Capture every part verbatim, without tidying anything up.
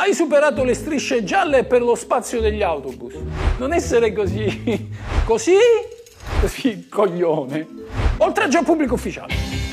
Hai superato le strisce gialle per lo spazio degli autobus. Non essere così... così... così coglione. Oltraggio al pubblico ufficiale.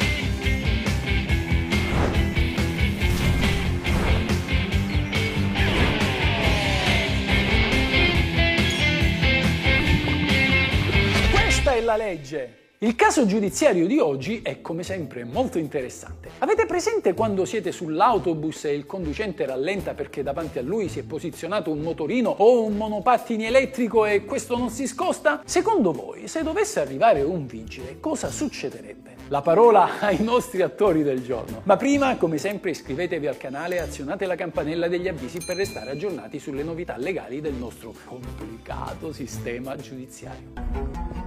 Questa è la legge. Il caso giudiziario di oggi è come sempre molto interessante. Avete presente quando siete sull'autobus e il conducente rallenta perché davanti a lui si è posizionato un motorino o un monopattini elettrico e questo non si scosta? Secondo voi, se dovesse arrivare un vigile, cosa succederebbe? La parola ai nostri attori del giorno. Ma prima, come sempre, iscrivetevi al canale e azionate la campanella degli avvisi per restare aggiornati sulle novità legali del nostro complicato sistema giudiziario.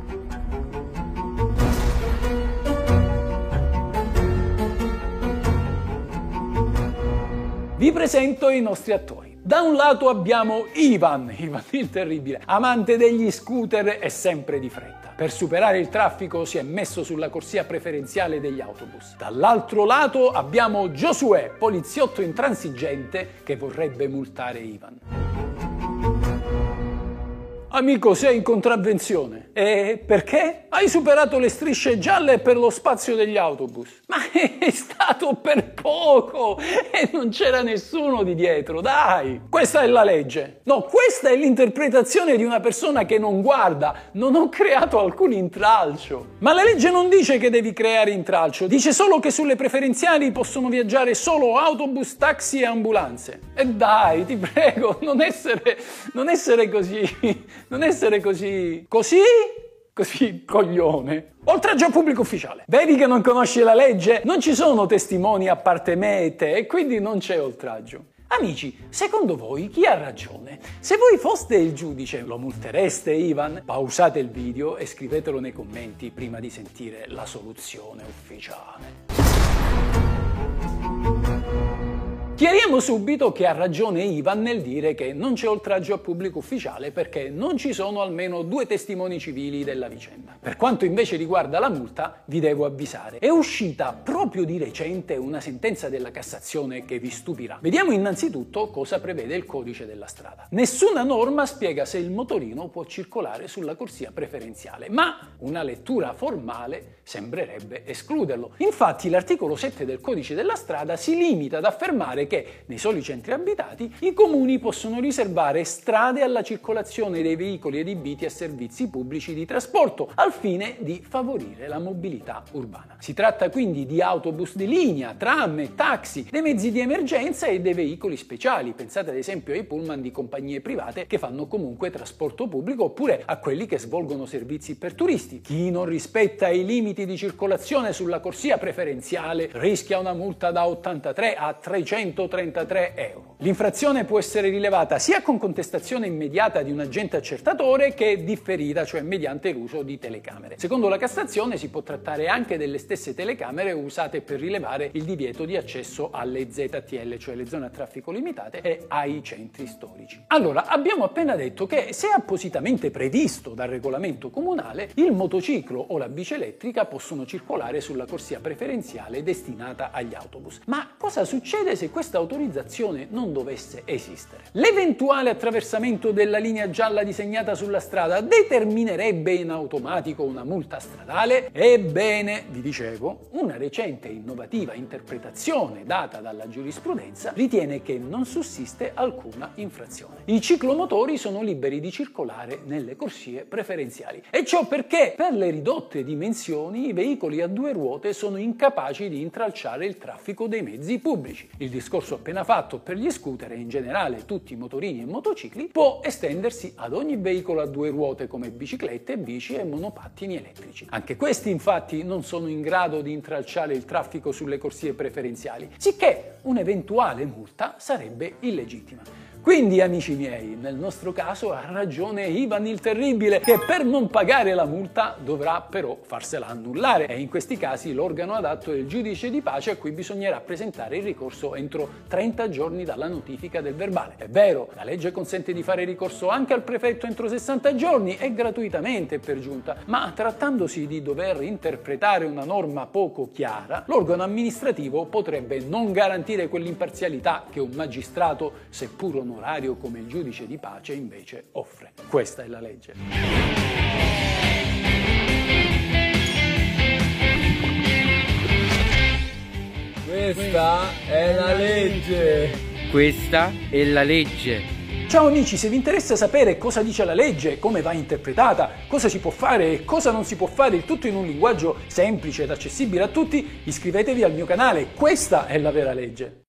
Vi presento i nostri attori. Da un lato abbiamo Ivan, Ivan il terribile, amante degli scooter e sempre di fretta. Per superare il traffico si è messo sulla corsia preferenziale degli autobus. Dall'altro lato abbiamo Giosuè, poliziotto intransigente che vorrebbe multare Ivan. Amico, sei in contravvenzione. E perché? Hai superato le strisce gialle per lo spazio degli autobus. Ma è stato per poco e non c'era nessuno di dietro, dai! Questa è la legge. No, questa è l'interpretazione di una persona che non guarda. Non ho creato alcun intralcio. Ma la legge non dice che devi creare intralcio, dice solo che sulle preferenziali possono viaggiare solo autobus, taxi e ambulanze. E dai, ti prego, non essere, non essere così... Non essere così... così? Così coglione. Oltraggio al pubblico ufficiale. Vedi che non conosci la legge? Non ci sono testimoni a parte me e te e quindi non c'è oltraggio. Amici, secondo voi chi ha ragione? Se voi foste il giudice, lo multereste Ivan? Pausate il video e scrivetelo nei commenti prima di sentire la soluzione ufficiale. Chiariamo subito che ha ragione Ivan nel dire che non c'è oltraggio a pubblico ufficiale perché non ci sono almeno due testimoni civili della vicenda. Per quanto invece riguarda la multa, vi devo avvisare. È uscita proprio di recente una sentenza della Cassazione che vi stupirà. Vediamo innanzitutto cosa prevede il codice della strada. Nessuna norma spiega se il motorino può circolare sulla corsia preferenziale, ma una lettura formale sembrerebbe escluderlo. Infatti l'articolo sette del codice della strada si limita ad affermare che nei soli centri abitati i comuni possono riservare strade alla circolazione dei veicoli adibiti a servizi pubblici di trasporto al fine di favorire la mobilità urbana. Si tratta quindi di autobus di linea, tram e taxi, dei mezzi di emergenza e dei veicoli speciali. Pensate ad esempio ai pullman di compagnie private che fanno comunque trasporto pubblico oppure a quelli che svolgono servizi per turisti. Chi non rispetta i limiti di circolazione sulla corsia preferenziale rischia una multa da ottantatré a trecentotrentatré euro. L'infrazione può essere rilevata sia con contestazione immediata di un agente accertatore che differita, cioè mediante l'uso di telecamere. Secondo la Cassazione si può trattare anche delle stesse telecamere usate per rilevare il divieto di accesso alle Z T L, cioè le zone a traffico limitate, e ai centri storici. Allora, abbiamo appena detto che se appositamente previsto dal regolamento comunale, il motociclo o la bici elettrica possono circolare sulla corsia preferenziale destinata agli autobus. Ma cosa succede se questa autorizzazione non dovesse esistere? L'eventuale attraversamento della linea gialla disegnata sulla strada determinerebbe in automatico una multa stradale? Ebbene, vi dicevo, una recente e innovativa interpretazione data dalla giurisprudenza ritiene che non sussiste alcuna infrazione. I ciclomotori sono liberi di circolare nelle corsie preferenziali. E ciò perché, per le ridotte dimensioni, i veicoli a due ruote sono incapaci di intralciare il traffico dei mezzi pubblici. Il discorso appena fatto per gli scooter e in generale tutti i motorini e motocicli può estendersi ad ogni veicolo a due ruote come biciclette, bici e monopattini elettrici. Anche questi infatti non sono in grado di intralciare il traffico sulle corsie preferenziali, sicché un'eventuale multa sarebbe illegittima. Quindi, amici miei, nel nostro caso ha ragione Ivan il Terribile, che per non pagare la multa dovrà però farsela annullare, e in questi casi l'organo adatto è il giudice di pace, a cui bisognerà presentare il ricorso entro trenta giorni dalla notifica del verbale. È vero, la legge consente di fare ricorso anche al prefetto entro sessanta giorni e gratuitamente per giunta, ma trattandosi di dover interpretare una norma poco chiara, l'organo amministrativo potrebbe non garantire garantire quell'imparzialità che un magistrato, seppur onorario come il giudice di pace, invece offre. Questa è la legge. Questa è la legge. Questa è la legge. Ciao amici, se vi interessa sapere cosa dice la legge, come va interpretata, cosa si può fare e cosa non si può fare, il tutto in un linguaggio semplice ed accessibile a tutti, iscrivetevi al mio canale. Questa è la vera legge.